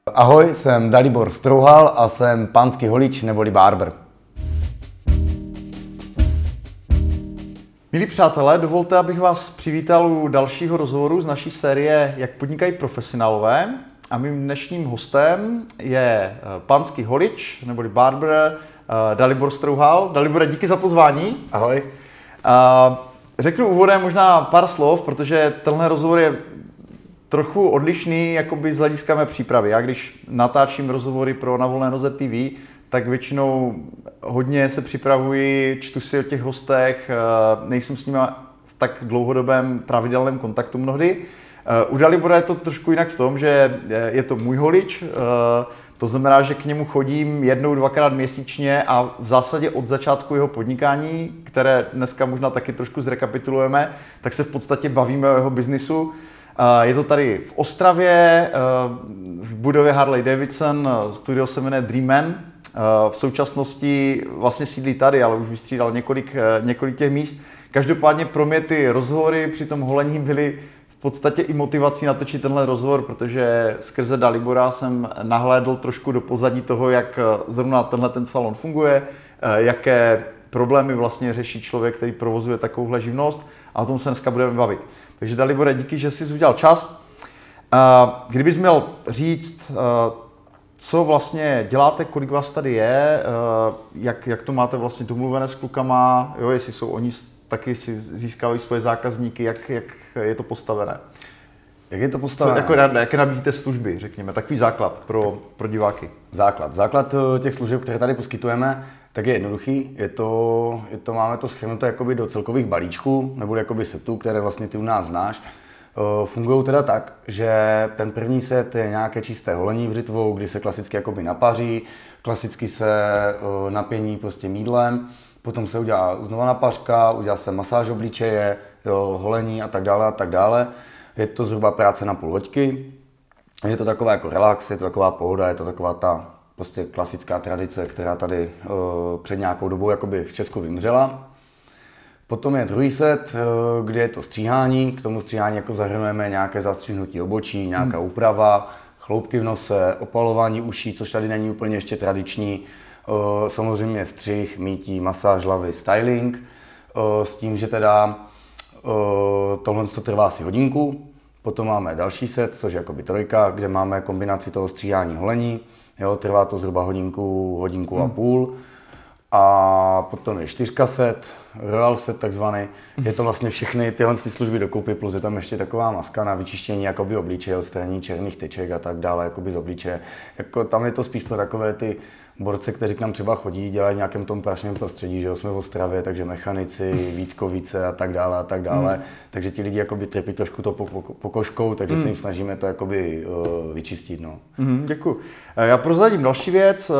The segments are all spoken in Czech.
Ahoj, jsem Dalibor Strouhal a jsem pánský holič neboli barber. Milí přátelé, dovolte, abych vás přivítal u dalšího rozhovoru z naší série Jak podnikají profesionálové. A mým dnešním hostem je pánský holič neboli barber Dalibor Strouhal. Dalibore, díky za pozvání. Ahoj. Řeknu úvodem možná pár slov, protože tenhle rozhovor je trochu odlišný jakoby z hlediska mé přípravy. Já když natáčím rozhovory pro Na volné noze TV, tak většinou hodně se připravuji, čtu si o těch hostech, nejsem s nimi v tak dlouhodobém pravidelném kontaktu mnohdy. U Dalibora je to trošku jinak v tom, že je to můj holič, to znamená, že k němu chodím jednou, dvakrát měsíčně a v zásadě od začátku jeho podnikání, které dneska možná taky trošku zrekapitulujeme, tak se v podstatě bavíme o jeho biznisu. Je to tady v Ostravě, v budově Harley Davidson, studio se jmenuje Dream Man. V současnosti vlastně sídlí tady, ale už vystřídal několik těch míst. Každopádně pro mě ty rozhovory při tom holení byly v podstatě i motivací natočit tenhle rozhovor, protože skrze Dalibora jsem nahlédl trošku do pozadí toho, jak zrovna tenhle ten salon funguje, jaké problémy vlastně řeší člověk, který provozuje takovouhle živnost, a o tom se dneska budeme bavit. Takže Dalibore, díky, že jsi udělal čas. Kdybys měl říct, co vlastně děláte, kolik vás tady je, jak to máte vlastně domluvené s klukama, jo, jestli jsou oni taky si získávají svoje zákazníky, jak je to postavené? Jak je to postavené? Jaké nabízíte služby, řekněme, takový základ pro diváky? Základ těch služeb, které tady poskytujeme, tak je jednoduchý. Máme to shrnuto jakoby do celkových balíčků, nebo jakoby setů, které vlastně ty u nás znáš. Fungují teda tak, že ten první set je nějaké čisté holení břitvou, kdy se klasicky jakoby napaří, klasicky se napění prostě mýdlem, potom se udělá znova napařka, udělá se masáž obličeje, holení a tak dále. Je to zhruba práce na půl hoďky. Je to taková jako relax, je to taková pohoda, je to taková ta prostě klasická tradice, která tady před nějakou dobou jakoby v Česku vymřela. Potom je druhý set, kde je to stříhání. K tomu stříhání jako zahrnujeme nějaké zastřihnutí obočí, nějaká úprava, chloupky v nose, opalování uší, což tady není úplně ještě tradiční. Samozřejmě střih, mýtí, masáž hlavy, styling. S tím, že teda tohle to trvá asi hodinku. Potom máme další set, což je jakoby trojka, kde máme kombinaci toho stříhání holení. Jo, trvá to zhruba hodinku a půl. A potom je 4 set, Royal set takzvaný. Je to vlastně všechny tyhle služby dokupy, plus je tam ještě taková maska na vyčištění jakoby obličeje, odstranění černých teček a tak dále jakoby z obličeje. Jako, tam je to spíš pro takové ty borce, kteří k nám třeba chodí, dělají v nějakém tom prašném prostředí, že jo, jsme v Ostravě, takže mechanici, Vítkovice a tak dále. Takže ti lidi jakoby trpí trošku to pokožkou, takže se jim snažíme to jakoby vyčistit, no. Děkuji. Já prozradím další věc.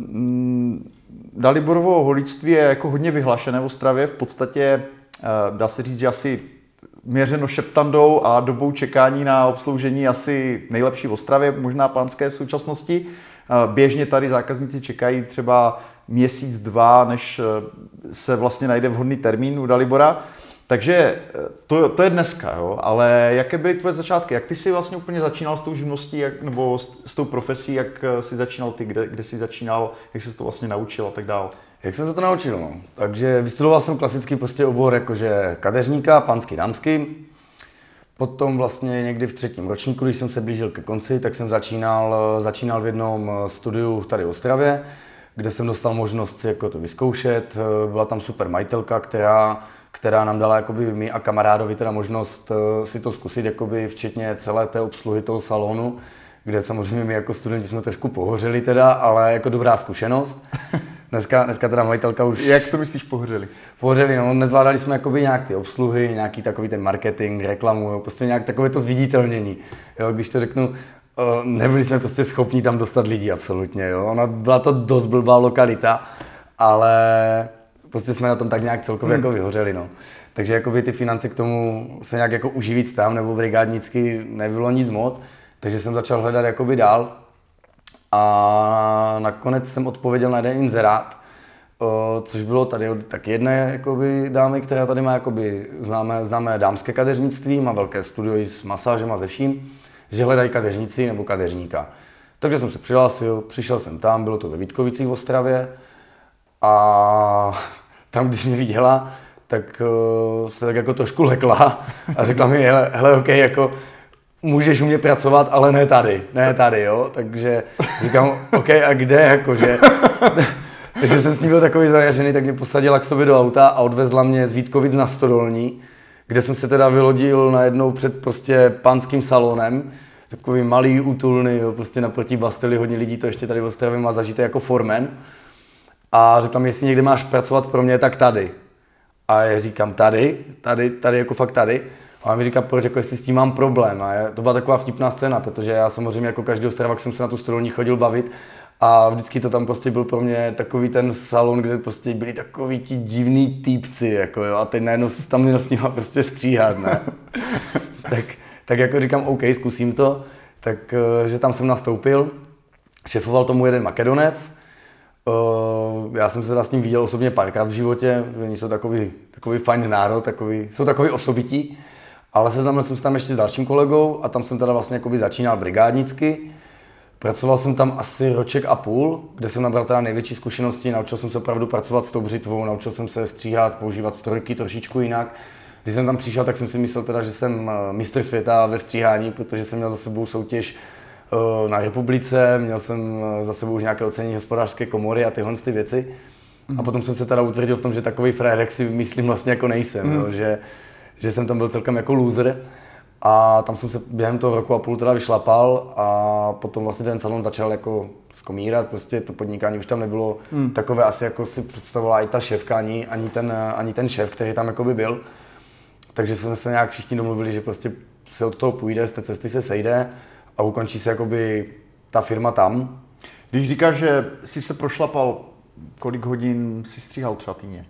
Daliborovo holičství je jako hodně vyhlašené v Ostravě. V podstatě dá se říct, že asi měřeno šeptandou a dobou čekání na obsloužení asi nejlepší v Ostravě, možná pánské v současnosti. Běžně tady zákazníci čekají třeba měsíc, dva, než se vlastně najde vhodný termín u Dalibora. Takže to je dneska, jo? Ale jaké byly tvoje začátky? Jak ty jsi vlastně úplně začínal s tou živností, nebo s tou profesí, jak jsi začínal ty, kde jsi začínal, jak jsi to vlastně naučil a tak dále? Jak jsem se to naučil? No? Takže vystudoval jsem klasický prostě obor jakože kadeřníka, pánský, dámský. Potom vlastně někdy v 3. ročníku, když jsem se blížil ke konci, tak jsem začínal v jednom studiu tady v Ostravě, kde jsem dostal možnost si jako to vyzkoušet. Byla tam super majitelka, která nám dala jakoby my a kamarádovi teda možnost si to zkusit, jakoby včetně celé té obsluhy toho salonu, kde samozřejmě my jako studenti jsme trošku pohořeli teda, ale jako dobrá zkušenost. Dneska teda majitelka už... Jak to myslíš pohořeli? Pohořeli, no, nezvládali jsme jakoby nějak ty obsluhy, nějaký takový ten marketing, reklamu, jo, prostě nějak takové to zviditelnění. Jo, když to řeknu, nebyli jsme prostě schopni tam dostat lidi absolutně, jo. Byla to dost blbá lokalita, ale prostě jsme na tom tak nějak celkově jako vyhořeli, no. Takže jakoby ty finance k tomu se nějak jako uživit tam nebo brigádnicky nebylo nic moc, takže jsem začal hledat jakoby dál. A nakonec jsem odpověděl na jeden inzerát, což bylo tady od tak jedné jakoby dámy, která tady má jakoby známé dámské kadeřnictví, má velké studio s masážem a ze vším, že hledají kadeřnici nebo kadeřníka. Takže jsem se přihlásil, přišel jsem tam, bylo to ve Vítkovicích v Ostravě a tam, když mě viděla, tak se tak jako trošku lekla a řekla mi, hele, OK, jako můžeš u mě pracovat, ale ne tady, jo, takže říkám, OK, a kde, jakože, takže jsem s ní byl takový zajažený, tak mě posadila k sobě do auta a odvezla mě z Vítkovic na Stodolní, kde jsem se teda vylodil najednou před prostě pánským salonem, takový malý, útulný, jo, prostě naproti Bastily, hodně lidí to ještě tady v Ostravě má zažité jako foreman. A řekla mi, jestli někde máš pracovat pro mě, tak tady. A já říkám, tady, jako fakt tady. A on mi říká, proč, jako jestli s tím mám problém. A to byla taková vtipná scéna, protože já samozřejmě jako každý Ostravák jsem se na tu Stodolní chodil bavit. A vždycky to tam prostě byl pro mě takový ten salon, kde prostě byli takový ti divný týpci, jako jo. A teď najednou tam měl s nima prostě stříhat, ne. tak jako říkám, OK, zkusím to. Takže tam jsem nastoupil. Šéfoval tomu jeden Makedonec. Já jsem se teda s ním viděl osobně párkrát v životě, že oni jsou takový fajn národ, jsou takový osobití, ale seznámil jsem se tam ještě s dalším kolegou a tam jsem teda vlastně začínal brigádnicky. Pracoval jsem tam asi roček a půl, kde jsem nabral teda největší zkušenosti, naučil jsem se opravdu pracovat s tou břitvou, naučil jsem se stříhat, používat strojky trošičku jinak. Když jsem tam přišel, tak jsem si myslel teda, že jsem mistr světa ve stříhání, protože jsem měl za sebou soutěž na republice, měl jsem za sebou už nějaké ocenění hospodářské komory a tyhle ty věci. A potom jsem se teda utvrdil v tom, že takový frérek si myslím vlastně jako nejsem, jo, že jsem tam byl celkem jako loser. A tam jsem se během toho roku a půl teda vyšlapal a potom vlastně ten salon začal jako skomírat, prostě to podnikání už tam nebylo takové asi jako si představovala i ta šéfka, ani ten šéf, který tam jakoby byl. Takže jsme se nějak všichni domluvili, že prostě se od toho půjde, z té cesty se sejde a ukončí se jakoby ta firma tam. Když říkáš, že jsi se prošlapal, kolik hodin jsi stříhal třeba týdně?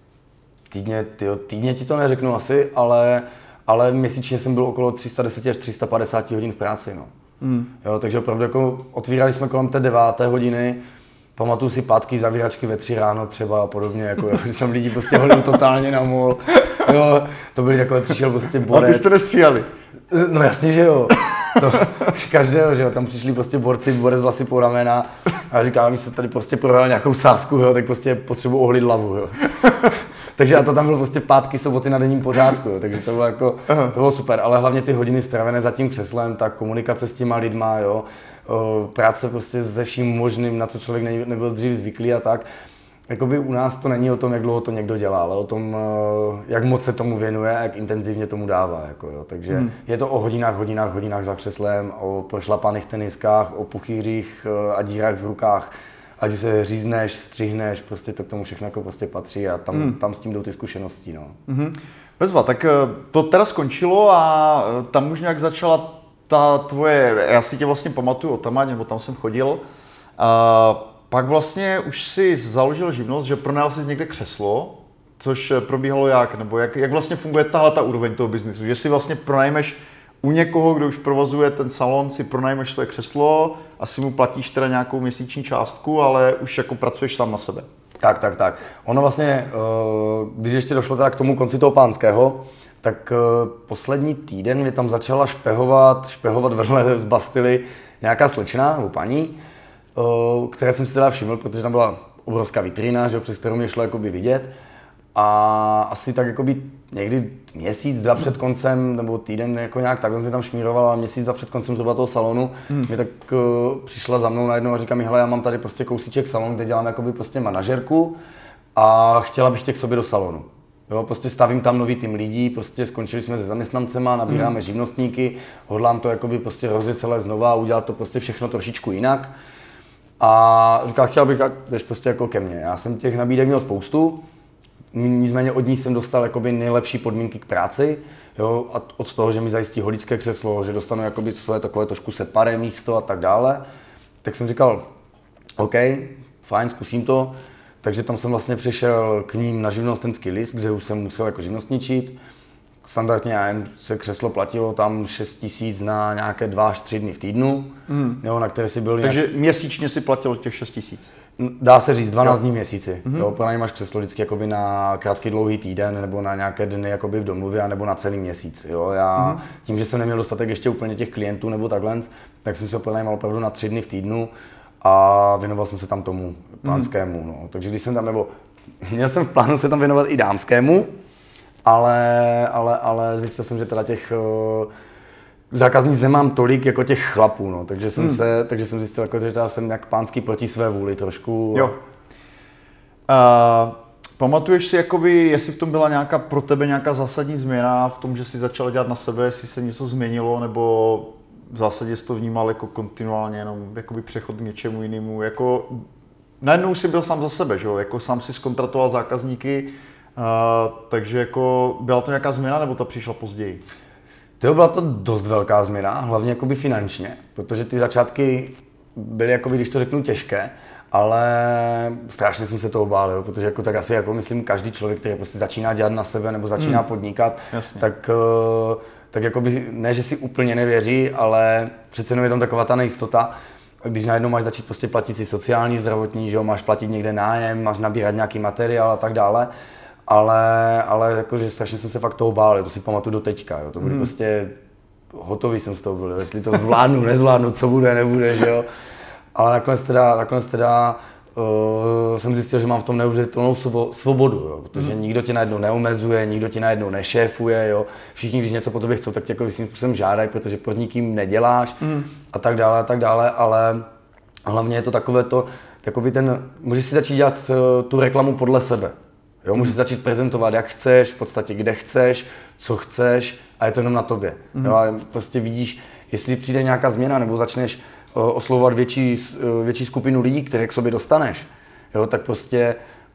Týdně ti to neřeknu asi, ale měsíčně jsem byl okolo 310 až 350 hodin v práci, no. Jo, takže opravdu jako otvírali jsme kolem té 9. hodiny, pamatuju si pátky, zavíračky ve 3 ráno třeba a podobně, jako když jsem lidi prostě holil totálně na mol. Jo, to byly takové, přišel prostě borec. A ty jste nestříhali? No jasně, že jo. To každého, že jo, tam přišli prostě borec vlasy po ramena a říká, vy jste tady prostě prohrál nějakou sázku, jo, tak prostě potřebuji ohlit hlavu, jo. Takže a to tam bylo prostě pátky, soboty na denním pořádku, jo, takže to bylo jako, to bylo super, ale hlavně ty hodiny stravené za tím křeslem, ta komunikace s těma lidma, jo, práce prostě se vším možným, na co člověk nebyl dřív zvyklý a tak. Jakoby u nás to není o tom, jak dlouho to někdo dělá, ale o tom, jak moc se tomu věnuje a jak intenzivně tomu dává. Jako jo. Takže je to o hodinách za křeslem, o prošlapaných teniskách, o puchýřích a dírách v rukách. Ať se řízneš, střihneš, prostě to k tomu všechno jako prostě patří a tam s tím jdou ty zkušenosti. No. Bezva, tak to teda skončilo a tam už nějak začala ta tvoje, já si tě vlastně pamatuju o Tamáň, nebo tam jsem chodil. Pak vlastně už si založil živnost, že pronajal jsi někde křeslo, což probíhalo jak, nebo jak vlastně funguje tahle ta úroveň toho biznisu, že si vlastně pronajmeš u někoho, kdo už provozuje ten salon, si pronajmeš své křeslo, asi mu platíš teda nějakou měsíční částku, ale už jako pracuješ sám na sebe. Tak. Ono vlastně, když ještě došlo teda k tomu konci toho pánského, tak poslední týden mě tam začala špehovat vedle z Bastily nějaká slečna nebo paní, které jsem si teda všiml, protože tam byla obrovská vitrína, že, přes kterou mě šlo jakoby vidět. A asi tak jakoby někdy měsíc, dva před koncem, nebo týden jako nějak takhle mě tam šmírovala, a měsíc, dva před koncem zhruba toho salonu, mě tak přišla za mnou najednou a říká mi, hele, já mám tady prostě kousíček salon, kde dělám jakoby prostě manažerku a chtěla bych tě k sobě do salonu. Jo, prostě stavím tam nový tým lidí, prostě skončili jsme se zaměstnancema, nabíráme živnostníky, hodlám to jakoby prostě rozjet celé znova a udělat to prostě všechno trošičku jinak. A říkal, chtěl bych, jdeš prostě jako ke mně. Já jsem těch nabídek měl spoustu, nicméně od ní jsem dostal jakoby nejlepší podmínky k práci, jo, a od toho, že mi zajistí holičské křeslo, že dostanu jakoby své takové trošku separé místo a tak dále. Tak jsem říkal, OK, fajn, zkusím to. Takže tam jsem vlastně přišel k ním na živnostenský list, kde už jsem musel jako živnostničit. Standardně se křeslo platilo tam 6 000 na nějaké 2 až 3 dny v týdnu, jo, na které si byl. Takže měsíčně si platil těch 6 000? Dá se říct 12 dní v měsíci. Jo, pronajímáš křeslo vždycky jakoby na krátký dlouhý týden nebo na nějaké dny jakoby v domluvě nebo na celý měsíc. Jo. Já tím, že jsem neměl dostatek ještě úplně těch klientů nebo takhle, tak jsem se ho pronajímal opravdu na 3 dny v týdnu a věnoval jsem se tam tomu pánskému. No. Takže když jsem tam, nebo měl jsem v plánu se tam věnovat i dámskému, ale zjistil jsem, že teda těch zákazníc nemám tolik jako těch chlapů, no. takže jsem zjistil, jako, že teda jsem jak pánský proti své vůli trošku. Jo. Pamatuješ si, jakoby, jestli v tom byla pro tebe nějaká zásadní změna v tom, že jsi začal dělat na sebe, jestli se něco změnilo, nebo v zásadě jsi to vnímal jako kontinuálně, jenom jakoby přechod k něčemu jinému, jako najednou jsi byl sám za sebe, že jo? Jako sám si zkontratoval zákazníky, takže jako byla to nějaká změna, nebo ta přišla později? Byla to dost velká změna, hlavně jakoby finančně, protože ty začátky byly, jakoby, když to řeknu, těžké, ale strašně jsem se toho bál, jo, protože jako, tak asi jako myslím každý člověk, který prostě začíná dělat na sebe nebo začíná podnikat, tak jakoby, ne, že si úplně nevěří, ale přece jenom je tam taková ta nejistota, když najednou máš začít prostě platit si sociální, zdravotní, že jo, máš platit někde nájem, máš nabírat nějaký materiál a tak dále. Ale jakože strašně jsem se fakt toho bál, to si pamatuju do teďka, jo. To byly prostě hotový jsem z toho byl, jestli to zvládnu, nezvládnu, co bude, nebude, že jo. Ale nakonec teda jsem zjistil, že mám v tom neuvěřitelnou svobodu, jo, protože nikdo tě najednou neomezuje, nikdo tě najednou nešéfuje, jo. Všichni, když něco po tobě chcou, tak tě jako svým způsobem žádají, protože pod nikým neděláš a tak dále, ale hlavně je to takové to, jakoby můžeš si začít dělat tu reklamu podle sebe. Jo, můžeš začít prezentovat, jak chceš, v podstatě kde chceš, co chceš a je to jenom na tobě. Jo, a prostě vidíš, jestli přijde nějaká změna nebo začneš oslovovat větší skupinu lidí, které k sobě dostaneš, jo, tak prostě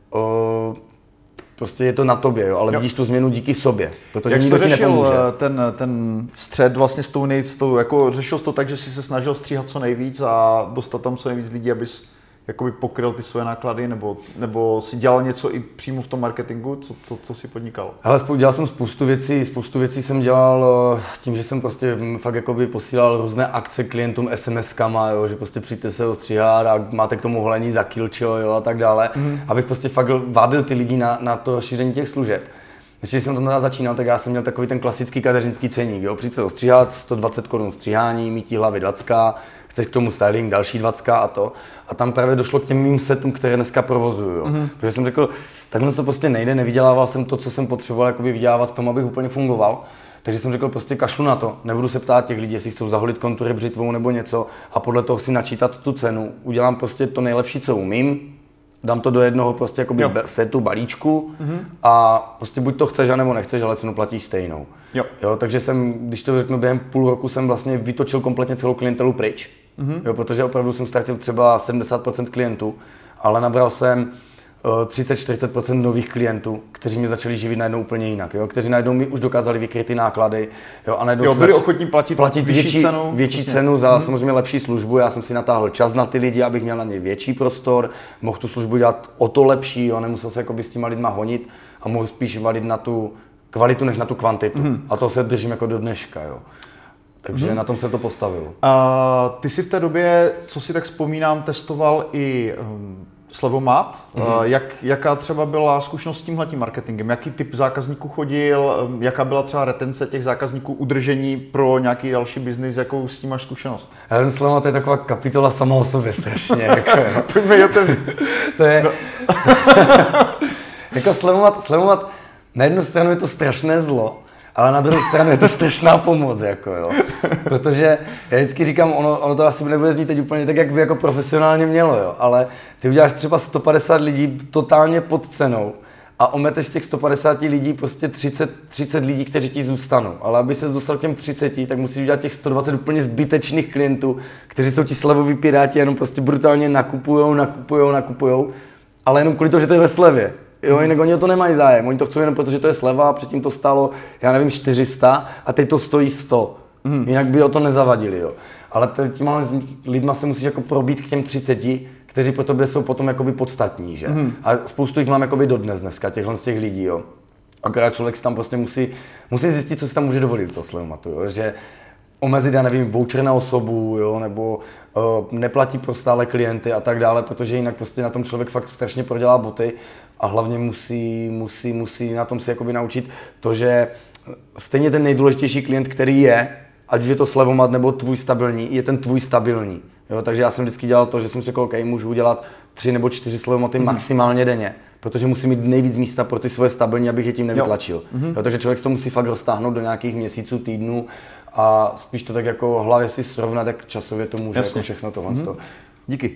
je to na tobě, jo, ale vidíš tu změnu díky sobě, protože nikdo ti nepomůže. Jak jsi řešil ten střed vlastně s tou nejistou, jako řešil jsi to tak, že jsi se snažil stříhat co nejvíc a dostat tam co nejvíc lidí, abys jakoby pokryl ty své náklady, nebo si dělal něco i přímo v tom marketingu, co si podnikal? Hele, dělal jsem spoustu věcí jsem dělal tím, že jsem prostě fakt jakoby posílal různé akce klientům SMS-kama, jo, že prostě přijďte se ostříhat a máte k tomu holení za kilčo, jo, a tak dále, abych prostě fakt vábil ty lidi na to šíření těch služeb. Když jsem tam teda začínal, tak já jsem měl takový ten klasický kadeřnický ceník, jo, přijď se ostříhat, 120 Kč stříhání, mytí hlavy 20, chceš k tomu styling, další 20 a to. A tam právě došlo k těm mým setům, které dneska provozuju, jo. Protože jsem řekl, takhle to prostě nejde, nevydělával jsem to, co jsem potřeboval jakoby vydělávat k tomu, abych úplně fungoval. Takže jsem řekl, prostě kašlu na to, nebudu se ptát těch lidí, jestli chcou zaholit kontury břitvou nebo něco a podle toho si načítat tu cenu. Udělám prostě to nejlepší, co umím, dám to do jednoho prostě jakoby setu, balíčku a prostě buď to chceš, anebo nechceš, ale cenu platíš stejnou. Jo, takže jsem, když to řeknu, během půl roku jsem vlastně vytočil kompletně celou klientelu pryč. Jo, protože opravdu jsem ztratil třeba 70% klientů, ale nabral jsem 30-40% nových klientů, kteří mi začali živit najednou úplně jinak, jo, kteří najednou mi už dokázali vykryt ty náklady, jo, a najednou byli ochotní platit větší cenu za samozřejmě lepší službu. Já jsem si natáhl čas na ty lidi, abych měl na ně větší prostor, mohl tu službu dělat o to lepší, jo, nemusel se jakoby s těma lidma honit a mohl spíš valit na tu kvalitu než na tu kvantitu. A to se držím jako do dneška, jo. Takže na tom se to postavilo. Ty si v té době, co si tak vzpomínám, testoval i Slevomat. Jaká třeba byla zkušenost s tímhletím marketingem? Jaký typ zákazníků chodil? Jaká byla třeba retence těch zákazníků, udržení pro nějaký další biznis? Jakou s tím máš zkušenost? Ten Slevomat je taková kapitola sama o sobě strašně. Pojďme o tom. To je... jako Slevomat, na jednu stranu je to strašné zlo, ale na druhou stranu je to strašná pomoc, jako jo. Protože já vždycky říkám, ono to asi nebude znít teď úplně tak, jak by jako profesionálně mělo, jo. Ale ty uděláš třeba 150 lidí totálně pod cenou a ometeš z těch 150 lidí prostě 30 lidí, kteří ti zůstanou. Ale aby ses dostal k těm 30, tak musíš udělat těch 120 úplně zbytečných klientů, kteří jsou ti slevoví piráti, jenom prostě brutálně nakupujou, ale jenom kvůli toho, že to je ve slevě. Jo, jinak oni o to nemají zájem, oni to chcou jenom protože to je sleva a předtím to stálo, já nevím, 400 a teď to stojí 100. Jinak by o to nezavadili, jo. Ale těma lidma se musíš jako probít k těm 30, kteří pro tobě jsou potom jakoby podstatní, že? A spoustu jich mám jakoby dodnes dneska, z těch lidí, jo. Akorát člověk si tam prostě musí zjistit, co si tam může dovolit to Slevomatu, jo, že omezit, já nevím, voucher na osobu, jo, nebo neplatí pro stále klienty a tak dále, protože jinak prostě na tom člověk fakt strašně prodělá boty a hlavně musí na tom si jakoby naučit to, že stejně ten nejdůležitější klient, který je, ať už je to slevomat nebo tvůj stabilní, je ten tvůj stabilní. Jo, takže já jsem vždycky dělal to, že jsem si řekl, OK, můžu udělat 3 nebo 4 slevomaty maximálně denně, protože musím mít nejvíc místa pro ty svoje stabilní, abych je tím nevytlačil. Jo, takže člověk to musí fakt roztáhnout do nějakých měsíců, týdnů a spíš to tak jako hlavě si srovnat, jak časově to může jako všechno tohle. Díky.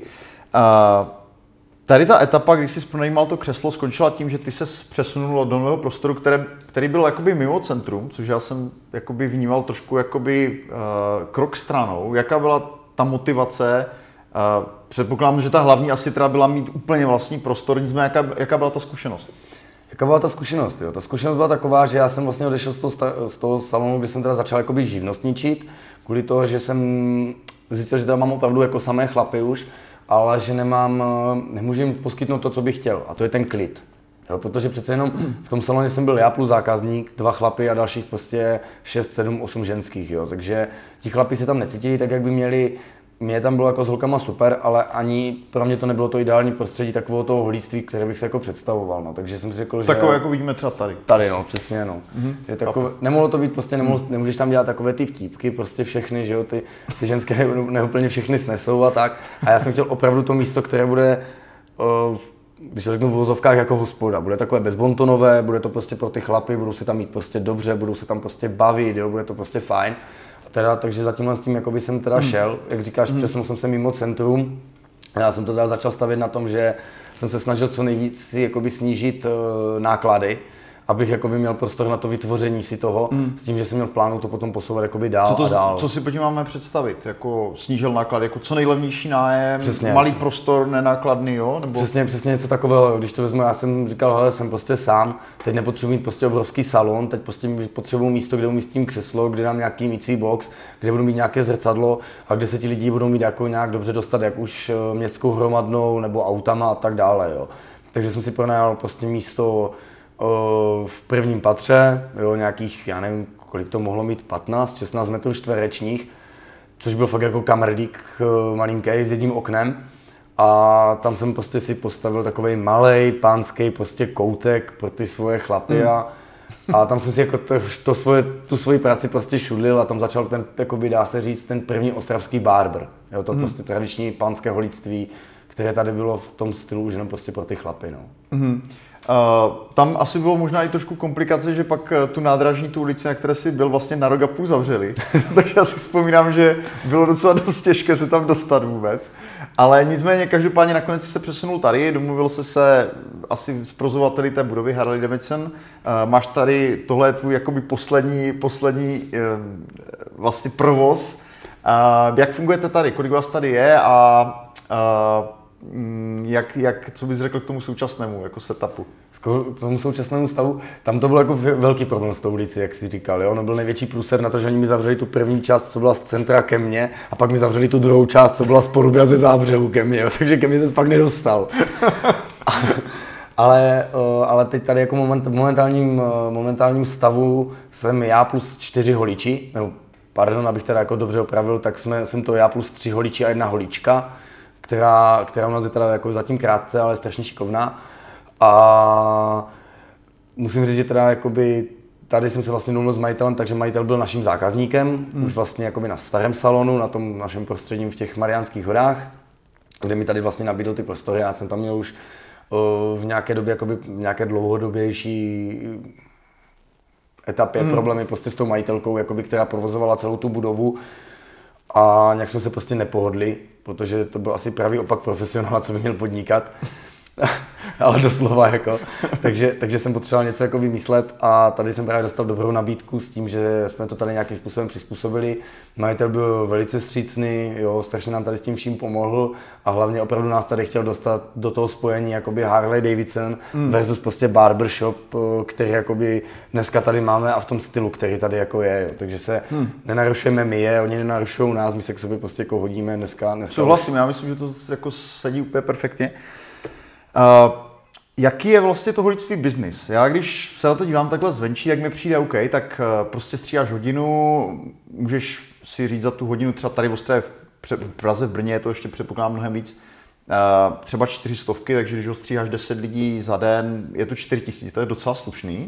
Tady ta etapa, když jsi pronajímal to křeslo, skončila tím, že ty ses přesunul do nového prostoru, který byl jakoby mimo centrum, což já jsem jakoby vnímal trošku jakoby krok stranou. Jaká byla ta motivace? Předpokládám, že ta hlavní asi teda byla mít úplně vlastní prostor, nicméně jaká byla ta zkušenost? Jaká byla ta zkušenost? Jo? Ta zkušenost byla taková, že já jsem vlastně odešel z toho salonu, kde jsem teda začal jakoby živnostničit, kvůli toho, že jsem zjistil, že teda mám opravdu jako samé chlapy už, ale že nemůžu jim poskytnout to, co bych chtěl, a to je ten klid. Jo, protože přece jenom v tom saloně jsem byl já plus zákazník, 2 chlapy a dalších prostě 6, 7, 8 ženských, jo. Takže ti chlapi se tam necítili tak, jak by měli. Mě tam bylo jako s holkama super, ale ani pro mě to nebylo to ideální prostředí takového toho holíctví, které bych se jako představoval, no. Takže jsem si řekl, že... Takové, jako vidíme třeba tady. Tady, no, přesně, no. Že nemohlo to být prostě, nemůžeš tam dělat takové ty vtípky, prostě všechny, že jo, ty ženské neúplně všechny snesou a tak. A já jsem chtěl opravdu to místo, které bude, když řeknu v vozovkách, jako hospoda. Bude takové bezbontonové, bude to prostě pro ty chlapy, budou se tam mít prostě dobře, budou se tam prostě bavit, jo, bude to prostě fajn. Takže za tímhle s tím jakoby jsem teda šel, jak říkáš, přesunul jsem se mimo centrum. Já jsem to teda začal stavět na tom, že jsem se snažil co nejvíc si jakoby snížit náklady, abych jakoby měl prostor na to vytvoření si toho, s tím, že jsem měl v plánu to potom posouvat jakoby dál a dál. Co si pod tím máme představit? Jako snížil náklady, jako co nejlevnější nájem, přesně, malý prostor, nenákladný, jo? Nebo... Přesně něco takového, když to vezmu, já jsem říkal, hele, jsem prostě sám, teď nepotřebuji mít prostě obrovský salon, teď prostě potřebuji místo, kde umístím křeslo, kde dám nějaký mycí box, kde budu mít nějaké zrcadlo a kde se ti lidi budou mít jako nějak dobře dostat, jak už městskou hromadnou nebo autama a tak dále, jo. Takže jsem si pronajal prostě místo v prvním patře, jo, nějakých, já nevím, kolik to mohlo mít, 15-16 metrů čtverečních, což byl fakt jako kamrdík malinký s jedním oknem. A tam jsem prostě si postavil takovej malej pánský prostě koutek pro ty svoje chlapy a tam jsem si jako tu svoji práci prostě šudlil a tam začal ten, jakoby dá se říct, ten první ostravský barber. Jo, to prostě tradiční pánské holictví, které tady bylo v tom stylu už jenom prostě pro ty chlapy, no. Tam asi bylo možná i trošku komplikace, že pak tu nádražní, tu ulici, na které si byl, vlastně na rok a půl zavřeli. Takže já si vzpomínám, že bylo docela dost těžké se tam dostat vůbec. Ale nicméně každopádně nakonec se přesunul tady, domluvil se asi s provozovateli té budovy Harley Davidson. Máš tady, tohle je tvůj jakoby poslední vlastně provoz. Jak fungujete tady? Kolik vás tady je a co bys řekl k tomu současnému jako setupu? K tomu současnému stavu, tam to byl jako velký problém s tou ulicí, jak jsi říkal, jo? No byl největší průser na to, že oni mi zavřeli tu první část, co byla z centra ke mně, a pak mi zavřeli tu druhou část, co byla z Porubí a ze Zábřehu ke mně, jo? Takže ke mně se fakt nedostal. ale teď tady jako momentálním stavu jsem já plus 4 holiči, nebo pardon, abych teda jako dobře opravil, tak jsem to já plus 3 holiči a 1 holička, která u nás je teda jako zatím krátce, ale je strašně šikovná. A musím říct, že teda jakoby tady jsem se vlastně domluvil s majitelem, takže majitel byl naším zákazníkem, už vlastně jakoby na starém salonu, na tom našem prostředím v těch Mariánských horách, kde mi tady vlastně nabídl ty prostory. Já jsem tam měl už v nějaké době, jakoby v nějaké dlouhodobější etapě problémy prostě s tou majitelkou, jakoby, která provozovala celou tu budovu. A nějak jsme se prostě nepohodli, protože to byl asi pravý opak profesionála, co by měl podnikat. Ale doslova jako. Takže jsem potřeboval něco jako vymyslet a tady jsem právě dostal dobrou nabídku s tím, že jsme to tady nějakým způsobem přizpůsobili. Majitel byl velice vstřícný, jo, strašně nám tady s tím vším pomohl a hlavně opravdu nás tady chtěl dostat do toho spojení jakoby Harley Davidson versus prostě barbershop, který jakoby dneska tady máme a v tom stylu, který tady jako je, jo. Takže se nenarušujeme my je, oni nenarušují nás, my se k sobě prostě jako hodíme dneska. Souhlasím, já myslím, že to jako sedí úplně perfektně. Jaký je vlastně to holictví business? Já když se na to dívám takhle zvenčí, jak mi přijde OK, tak prostě stříháš hodinu, můžeš si říct za tu hodinu, třeba tady v Ostravě, v Praze, v Brně je to ještě předpokládám mnohem víc, třeba 400, takže když ostříháš 10 lidí za den, je to 4000, to je docela slušný.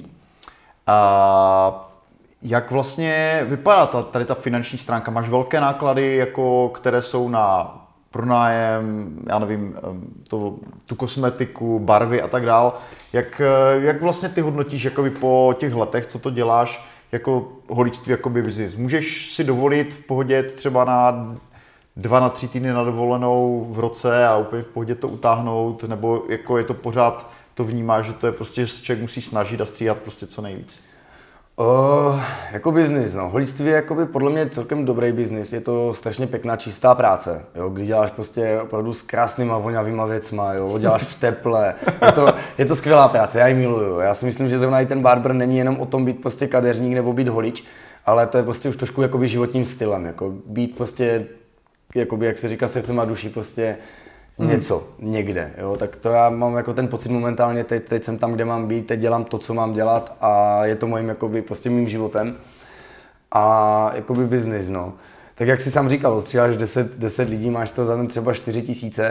Jak vlastně vypadá tady ta finanční stránka? Máš velké náklady, jako, které jsou na pronájem, já nevím, tu kosmetiku, barvy a tak dál. Jak vlastně ty hodnotíš jakoby po těch letech, co to děláš jako holičství, jakoby business? Můžeš si dovolit v pohodě třeba na 2 na 3 týdny na dovolenou v roce a úplně v pohodě to utáhnout, nebo jako je to pořád, to vnímáš, že to je prostě, že člověk musí snažit a stříhat prostě co nejvíc? Jako biznis, no. Holičství je jakoby podle mě celkem dobrý biznis, je to strašně pěkná čistá práce, jo, kdy děláš prostě opravdu s krásnýma voňavýma věcma, jo, děláš v teple, je to skvělá práce, já ji miluju. Já si myslím, že zrovna i ten barber není jenom o tom být prostě kadeřník nebo být holič, ale to je prostě už trošku jakoby životním stylem, jako být prostě, jakoby, jak se říká, srdcem a duší, prostě něco, někde, jo, tak to já mám jako ten pocit momentálně, teď jsem tam, kde mám být, teď dělám to, co mám dělat a je to mojím jakoby prostě mým životem a jakoby biznis, no. Tak jak jsi sám říkal, ostříháš 10 lidí, máš to za ten třeba 4000.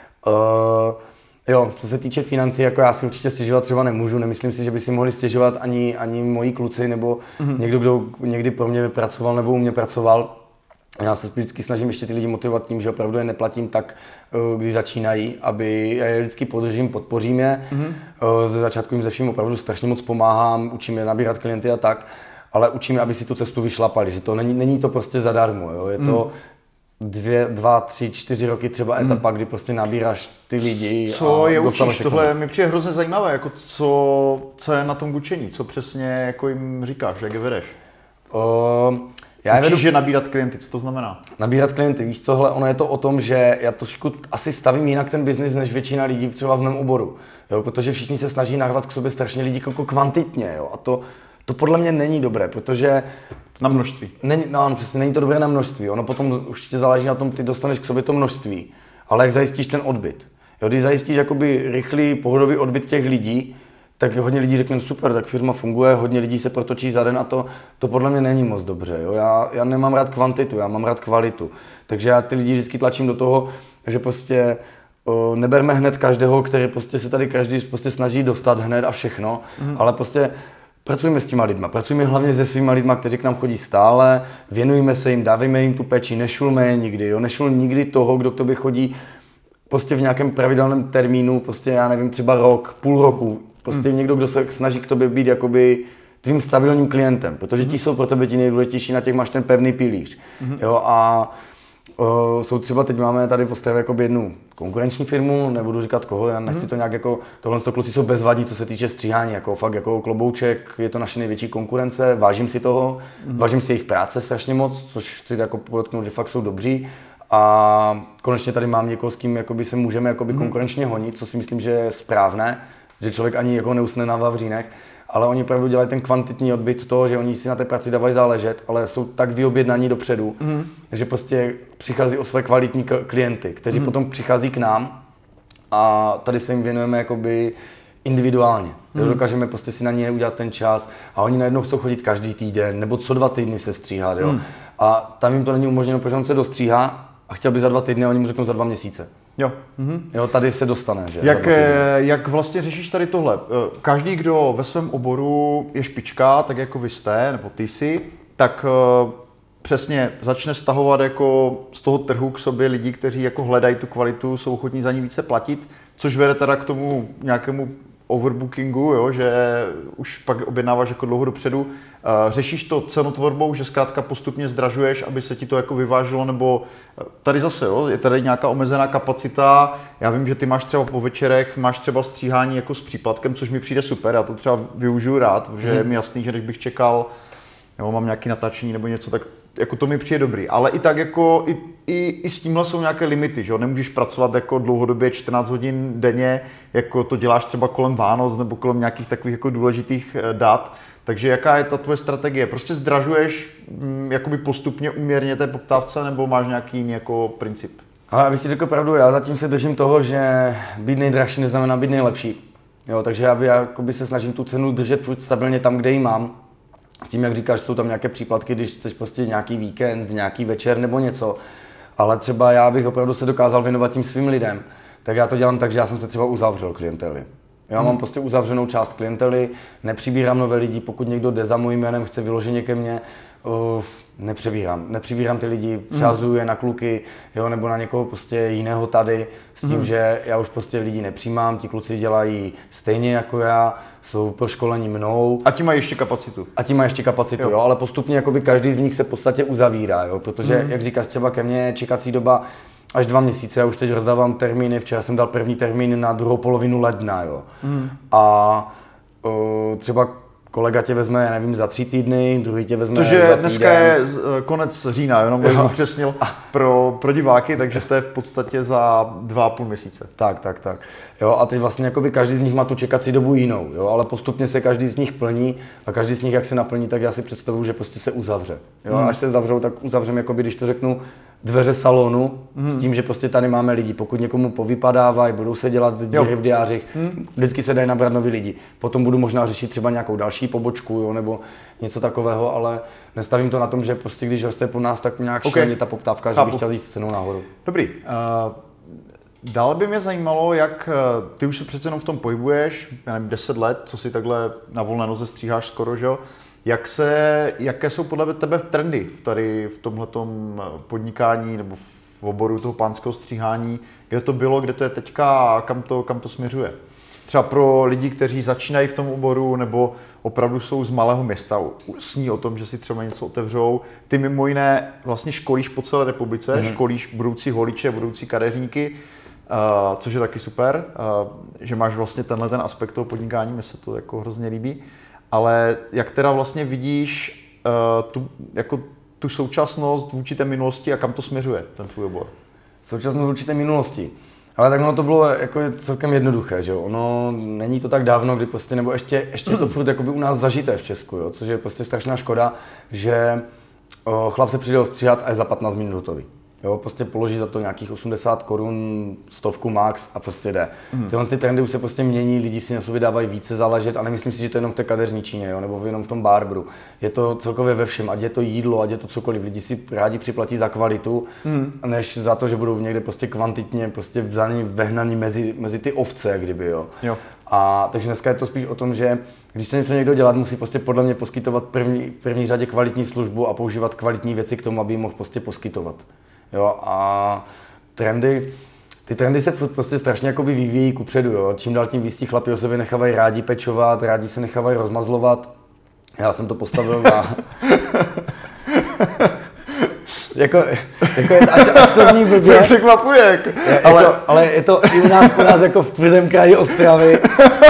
Jo, co se týče financí, jako já si určitě stěžovat třeba nemůžu, nemyslím si, že by si mohli stěžovat ani moji kluci nebo někdo, kdo někdy pro mě pracoval nebo u mě pracoval. Já se vždycky snažím ještě ty lidi motivovat tím, že opravdu je neplatím tak, když začínají, aby já je vždycky podržím, podpořím je. Ze začátku jim ze vším opravdu strašně moc pomáhám, učím je nabírat klienty a tak, ale učím je, aby si tu cestu vyšlapali, že to není to prostě zadarmo, jo? Je to 2, 3, 4 roky třeba etapa, kdy prostě nabíráš ty lidi. Co je učíš? Tohle mi přijde hrozně zajímavé, jako co je na tom učení, co přesně jako jim říkáš, jak je vedeš? Učíš, že nabírat klienty, co to znamená? Nabírat klienty, víš co, ono je to o tom, že já trošku asi stavím jinak ten biznis než většina lidí třeba v mém oboru, jo, protože všichni se snaží narvat k sobě strašně lidí jako kvantitně, jo, a to podle mě není dobré, protože... Na množství. Přesně, není to dobré na množství, ono potom určitě záleží na tom, ty dostaneš k sobě to množství, ale jak zajistíš ten odbyt. Jo, když zajistíš jakoby rychlý, pohodový odbyt těch lidí, tak hodně lidí řekne, super, tak firma funguje, hodně lidí se protočí za den a to podle mě není moc dobře. Jo? Já nemám rád kvantitu, já mám rád kvalitu. Takže já ty lidi vždycky tlačím do toho, že prostě neberme hned každého, který prostě se tady každý prostě snaží dostat hned a všechno, ale prostě pracujeme s těma lidma, pracujeme hlavně se svýma lidma, kteří k nám chodí stále, věnujeme se jim, dávejme jim tu péči, nešulme je nikdy, jo? Nešul nikdy toho, kdo k tobě chodí prostě v nějakém pravidelném termínu, prostě já nevím, třeba rok, půl roku, prostě někdo, kdo se snaží k tobě být jakoby tvým stabilním klientem, protože ti jsou pro tebe ti nejdůležitější, na těch máš ten pevný pilíř. Jo, a jsou třeba, teď máme tady v Ostravě jakoby jednu konkurenční firmu, nebudu říkat koho, já nechci to nějak jako, tohle kluci jsou bezvadní, co se týče stříhání, jako fakt jako klobouček, je to naše největší konkurence, vážím si toho, vážím si jejich práce strašně moc, což chci jako podotknout, že fakt jsou dobří. A konečně tady mám někoho, s kým jakoby se můžeme jakoby konkurenčně honit, co si myslím, že je správné, že člověk ani jako neusne na vavřínech, ale oni opravdu dělají ten kvantitní odbyt toho, že oni si na té práci dávají záležet, ale jsou tak vyobjednaní dopředu, že prostě přichází o své kvalitní klienty, kteří potom přichází k nám a tady se jim věnujeme jakoby individuálně. Dokážeme prostě si na ně udělat ten čas a oni najednou chcou chodit každý týden nebo co 2 týdny se stříhat, jo. A tam jim to není umožněno, protože on se dostříhá a chtěl by za 2 týdny a oni mu řeknou za 2 měsíce. Jo. Jo, tady se dostane, že? Jak vlastně řešíš tady tohle? Každý, kdo ve svém oboru je špička, tak jako vy jste, nebo ty jsi, tak přesně začne stahovat jako z toho trhu k sobě lidi, kteří jako hledají tu kvalitu, jsou ochotní za ní více platit, což vede teda k tomu nějakému overbookingu, jo, že už pak objednáváš jako dlouho dopředu. Řešíš to cenotvorbou, že zkrátka postupně zdražuješ, aby se ti to jako vyvážilo, nebo tady zase, jo, je tady nějaká omezená kapacita. Já vím, že ty máš třeba po večerech, máš třeba stříhání jako s příplatkem, což mi přijde super, já to třeba využiju rád, protože je mi jasný, že když bych čekal, jo, mám nějaké natáčení nebo něco, tak jako to mi přijde dobrý, ale i tak jako i s tímhle jsou nějaké limity, že jo, nemůžeš pracovat jako dlouhodobě 14 hodin denně, jako to děláš třeba kolem Vánoc nebo kolem nějakých takových jako důležitých dat, takže jaká je ta tvoje strategie? Prostě zdražuješ jakoby postupně uměrně té poptávce nebo máš nějaký jiný jako princip? Ale abych ti řekl pravdu, já zatím se držím toho, že být nejdražší neznamená být nejlepší, jo, takže já se snažím tu cenu držet furt stabilně tam, kde ji mám. s tím, jak říkáš, jsou tam nějaké příplatky, když chceš prostě nějaký víkend, nějaký večer nebo něco, ale třeba já bych opravdu se dokázal věnovat tím svým lidem, tak já to dělám tak, že já jsem se třeba uzavřel klientely. Já mám prostě uzavřenou část klientely, nepřibírám nové lidi, pokud někdo jde za mojím jménem, chce vyloženě ke mně, nepřibírám ty lidi, přázuju je na kluky, jo, nebo na někoho prostě jiného tady, s tím, že já už prostě lidi nepřijímám, ti kluci dělají stejně jako já, jsou proškolení mnou. A ti mají ještě kapacitu. Jo, ale postupně jakoby každý z nich se v podstatě uzavírá, jo, protože, jak říkáš, třeba ke mně čekací doba až 2 měsíce, já už teď rozdávám termíny, včera jsem dal první termín na druhou polovinu ledna, jo. A třeba kolega tě vezme, já nevím, za 3 týdny, druhý tě vezme za týden. Dneska je konec října, jenom bych upřesnil pro diváky, takže to je v podstatě za 2,5 měsíce. Tak. Jo, a teď vlastně jakoby každý z nich má tu čekací dobu jinou, jo, ale postupně se každý z nich plní a každý z nich, jak se naplní, tak já si představuju, že prostě se uzavře. Jo, až se zavřou, tak uzavřeme, jakoby, když to řeknu, dveře salonu, s tím, že prostě tady máme lidi. Pokud někomu povypadávají, budou se dělat díry v diářích, vždycky se dají nabrat noví lidi. Potom budu možná řešit třeba nějakou další pobočku, jo, nebo něco takového, ale nestavím to na tom, že prostě když hosté po nás, tak nějak šíleně ta poptávka, že bych chtěl jít s cenou nahoru. Dobrý. Dále by mě zajímalo, jak ty už se přece jenom v tom pohybuješ, já nevím, 10 let, co si takhle na volné noze stříháš skoro, že jo? Jaké jsou podle tebe trendy tady v tomhletom podnikání nebo v oboru toho pánského stříhání, kde to bylo, kde to je teďka a kam to směřuje? Třeba pro lidi, kteří začínají v tom oboru nebo opravdu jsou z malého města, sní o tom, že si třeba něco otevřou. Ty mimo jiné vlastně školíš po celé republice, školíš budoucí holiče, budoucí kadeřníky, což je taky super, že máš vlastně tenhle ten aspekt toho podnikání, mně se to jako hrozně líbí. Ale jak teda vlastně vidíš tu současnost vůči té minulosti a kam to směřuje, ten tvůj obor? Současnost vůči té minulosti. Ale tak ono to bylo jako celkem jednoduché, že jo? Ono není to tak dávno, kdy prostě, nebo ještě to furt jakoby u nás zažité v Česku, jo? Což je prostě strašná škoda, že chlap se přijde ostříhat a je za 15 minut hotový. Jo, prostě položí za to nějakých 80 korun, 100 max a prostě jde. Tyhle ty trendy už se prostě mění, lidi si na sobě dávají více záležet a nemyslím si, že to je jenom v té kadeřničině, jo, nebo jenom v tom barbru. Je to celkově ve všem, ať je to jídlo, ať je to cokoliv. Lidi si rádi připlatí za kvalitu, než za to, že budou někde prostě kvantitně prostě vehnaní mezi ty ovce, kdyby, jo. A takže dneska je to spíš o tom, že když se něco někdo dělat, musí prostě podle mě poskytovat v první řadě kvalitní službu a používat kvalitní věci k tomu, aby ji mohl prostě poskytovat. Jo, a ty trendy se prostě strašně jakoby vyvíjí kupředu, jo. Čím dál tím víc ti chlapi o sobě nechávají rádi pečovat, rádi se nechávají rozmazlovat. Já jsem to postavil na... jako až to zní blbě. Mě překvapuje. Ale je to i u nás jako v tvrdém kraji Ostravy.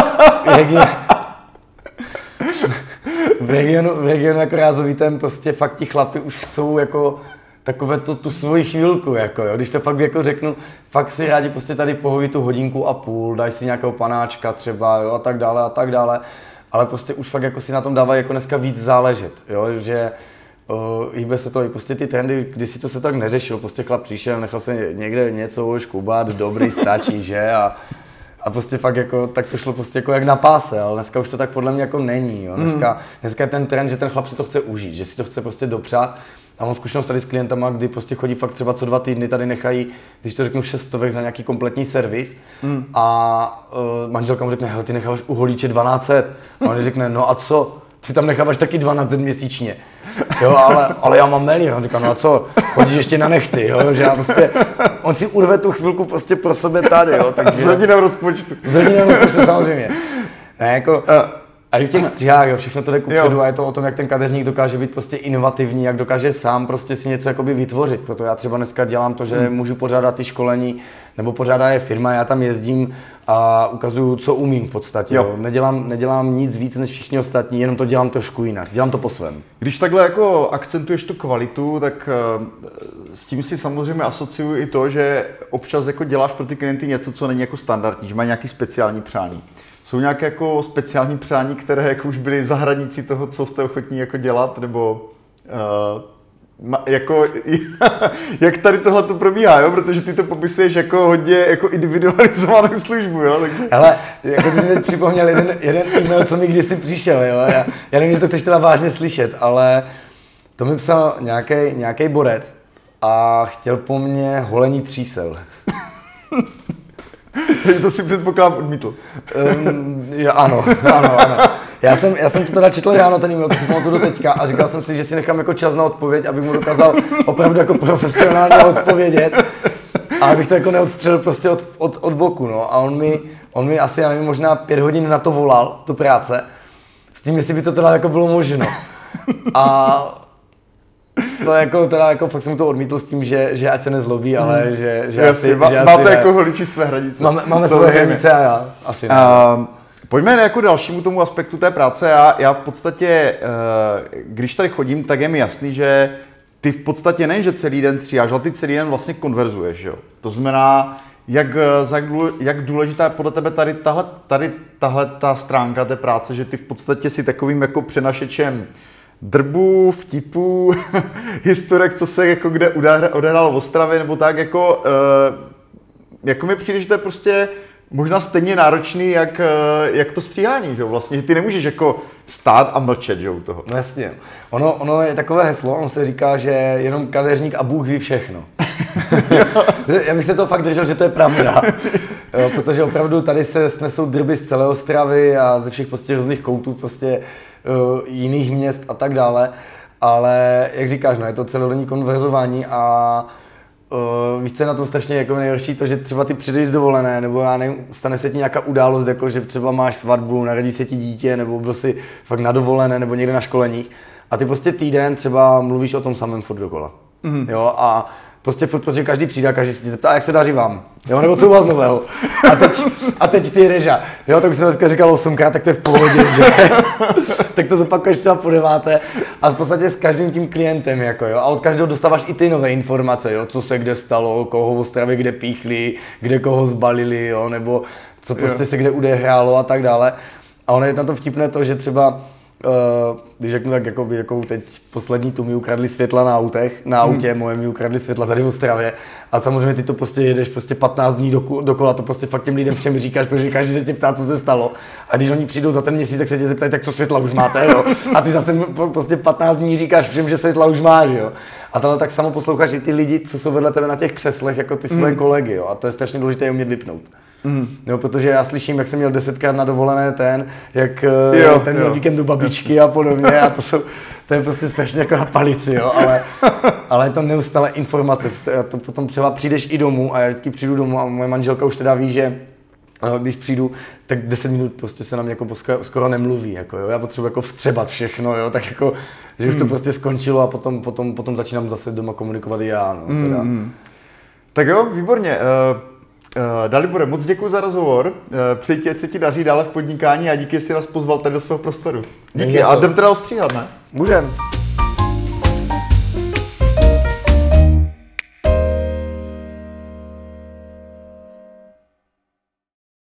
V regionu jako Rázovitém prostě fakt ti chlapi už chcou jako takové tu svoji chvilku, jako jo, když to fakt jako řeknu, fakt si rádi prostě tady pohoví tu 1,5 hodiny, dají si nějakého panáčka třeba, jo, a tak dále, ale prostě už fakt jako si na tom dávají jako dneska víc záležet, jo, že hýbe se to i prostě ty trendy, když si to se tak neřešil, prostě chlap přišel, nechal se někde něco škubat, dobrý, stačí, že, a prostě fakt jako, tak to šlo prostě jako jak na páse, ale dneska už to tak podle mě jako není, jo, dneska je ten trend, že ten chlap si to chce užít, že si to chce prostě dopřát. A mám zkušenost tady s klientama, kdy prostě chodí fakt třeba co 2 týdny, tady nechají, když to řeknu 600 za nějaký kompletní servis a manželka mu řekne, hele, ty necháváš u holíče 1200 a on řekne, no a co, ty tam necháváš taky 1200 měsíčně, jo, ale já mám mail, on říká, no a co, chodíš ještě na nechty, jo, že já prostě, on si urve tu chvilku prostě pro sebe tady, jo, takže... Z rodinného rozpočtu. Samozřejmě, ne, jako... A i v těch střihách, jo, všechno to jde kupředu a je to o tom, jak ten kadeřník dokáže být prostě inovativní, jak dokáže sám prostě si něco jakoby vytvořit. Proto já třeba dneska dělám to, že můžu pořádat ty školení, nebo pořádá je firma, já tam jezdím a ukazuju, co umím v podstatě. Jo. Nedělám nic víc než všichni ostatní, jenom to dělám trošku jinak, dělám to po svém. Když takhle jako akcentuješ tu kvalitu, tak s tím si samozřejmě asociuji i to, že občas jako děláš pro ty klienty něco, co není jako standardní, že mají nějaký speciální přání. Jsou nějaké jako speciální přání, které jako už byly za hranicí toho, co jste ochotní jako dělat, nebo jako, jak tady tohle to probíhá, jo? Protože ty to popisuješ jako hodně jako individualizovanou službu, jo? Takže... Hele, jako ty jsi mi připomněl jeden e-mail, co mi kdysi přišel, jo? Já nevím, jestli to chceš teda vážně slyšet, ale to mi psal nějaký borec a chtěl po mně holení třísel. Takže to si předpokládám odmítl. Ano. Já jsem to teda četl ráno, ten e-mail, to si pamatuju do teďka a říkal jsem si, že si nechám jako čas na odpověď, abych mu dokázal opravdu jako profesionálně odpovědět a abych to jako neodstřelil prostě od boku, no. A on mi asi, já nevím, možná 5 hodin na to volal, do práce, s tím, jestli by to teda jako bylo možno. A to jako fakt jsem mu to odmítl s tím, že ať se nezlobí, ale že asi máte jako holiči své hranice. Máme své hranice a já asi ne. Pojďme jako dalšímu tomu aspektu té práce. Já v podstatě, když tady chodím, tak je mi jasný, že ty v podstatě nejen, že celý den stříháš, ale ty celý den vlastně konverzuješ, jo. To znamená, jak důležitá je podle tebe tady tahle ta stránka té práce, že ty v podstatě si takovým jako přenašečem drbů, vtipů, historek, co se jako kde odehrál v Ostravě, nebo tak jako mi přijde, že to je prostě možná stejně náročný, jak to stříhání, že jo? Vlastně, že ty nemůžeš jako stát a mlčet, že u toho. No jasně. Ono je takové heslo, on se říká, že jenom kadeřník a Bůh ví všechno. Já bych se to fakt držel, že to je pravda. Jo, protože opravdu tady se snesou drby z celé Ostravy a ze všech prostě různých koutů prostě jiných měst a tak dále. Ale jak říkáš, no, je to celodenní konverzování a víš, co je na tom strašně jako nejhorší, to, že třeba ty přijdeš z dovolené, nebo já nevím, stane se ti nějaká událost, jako že třeba máš svatbu, narodí se ti dítě, nebo byl si fakt na dovolené, nebo někde na školeních a ty prostě týden třeba mluvíš o tom samém furt dokola. Mm-hmm. Jo, a prostě furt, protože každý přijde a každý se ti zeptá, jak se daří vám, jo, nebo co u vás nového. A teď ty jdeš a jo, tak už jsem dneska říkal 8krát, tak to je v pohodě, že? Tak to zopakuješ třeba po 9. a v podstatě s každým tím klientem, jako jo, a od každého dostáváš i ty nové informace, jo, co se kde stalo, koho v Ostravě kde píchli, kde koho zbalili, jo, nebo co prostě se kde odehrálo a tak dále. A ono je na to vtipné to, že třeba když řeknu tak, jako teď poslední tu mi ukradli světla na autě, moje mi ukradli světla tady v Ostravě a samozřejmě ty to prostě jedeš prostě 15 dní dokola, to prostě fakt těm lidem všem říkáš, protože každý se tě ptá, co se stalo a když oni přijdou za ten měsíc, tak se tě zeptají, tak co světla už máte, jo, a ty zase prostě 15 dní říkáš všem, že světla už máš, jo, a tohle tak samo posloucháš i ty lidi, co jsou vedle tebe na těch křeslech, jako ty své kolegy, jo, a to je strašně důležité je umět vypnout. Jo, protože já slyším, jak jsem měl 10krát na dovolené jak ten měl víkend u babičky a podobně a to je prostě strašně jako na palici, jo, ale je to neustále informace, to potom třeba přijdeš i domů a já vždycky přijdu domů a moje manželka už teda ví, že když přijdu, tak 10 minut prostě se na mě jako skoro nemluví, jako jo, já potřebuji jako vstřebat všechno, jo, tak jako, že už to prostě skončilo a potom začínám zase doma komunikovat i já, no, teda. Tak jo, výborně. Dalibore, moc děkuji za rozhovor, přeji ti, ať se ti daří dále v podnikání a díky, že jsi nás pozval tady do svého prostoru. Díky a jdem teda ostříhat, ne? Můžem.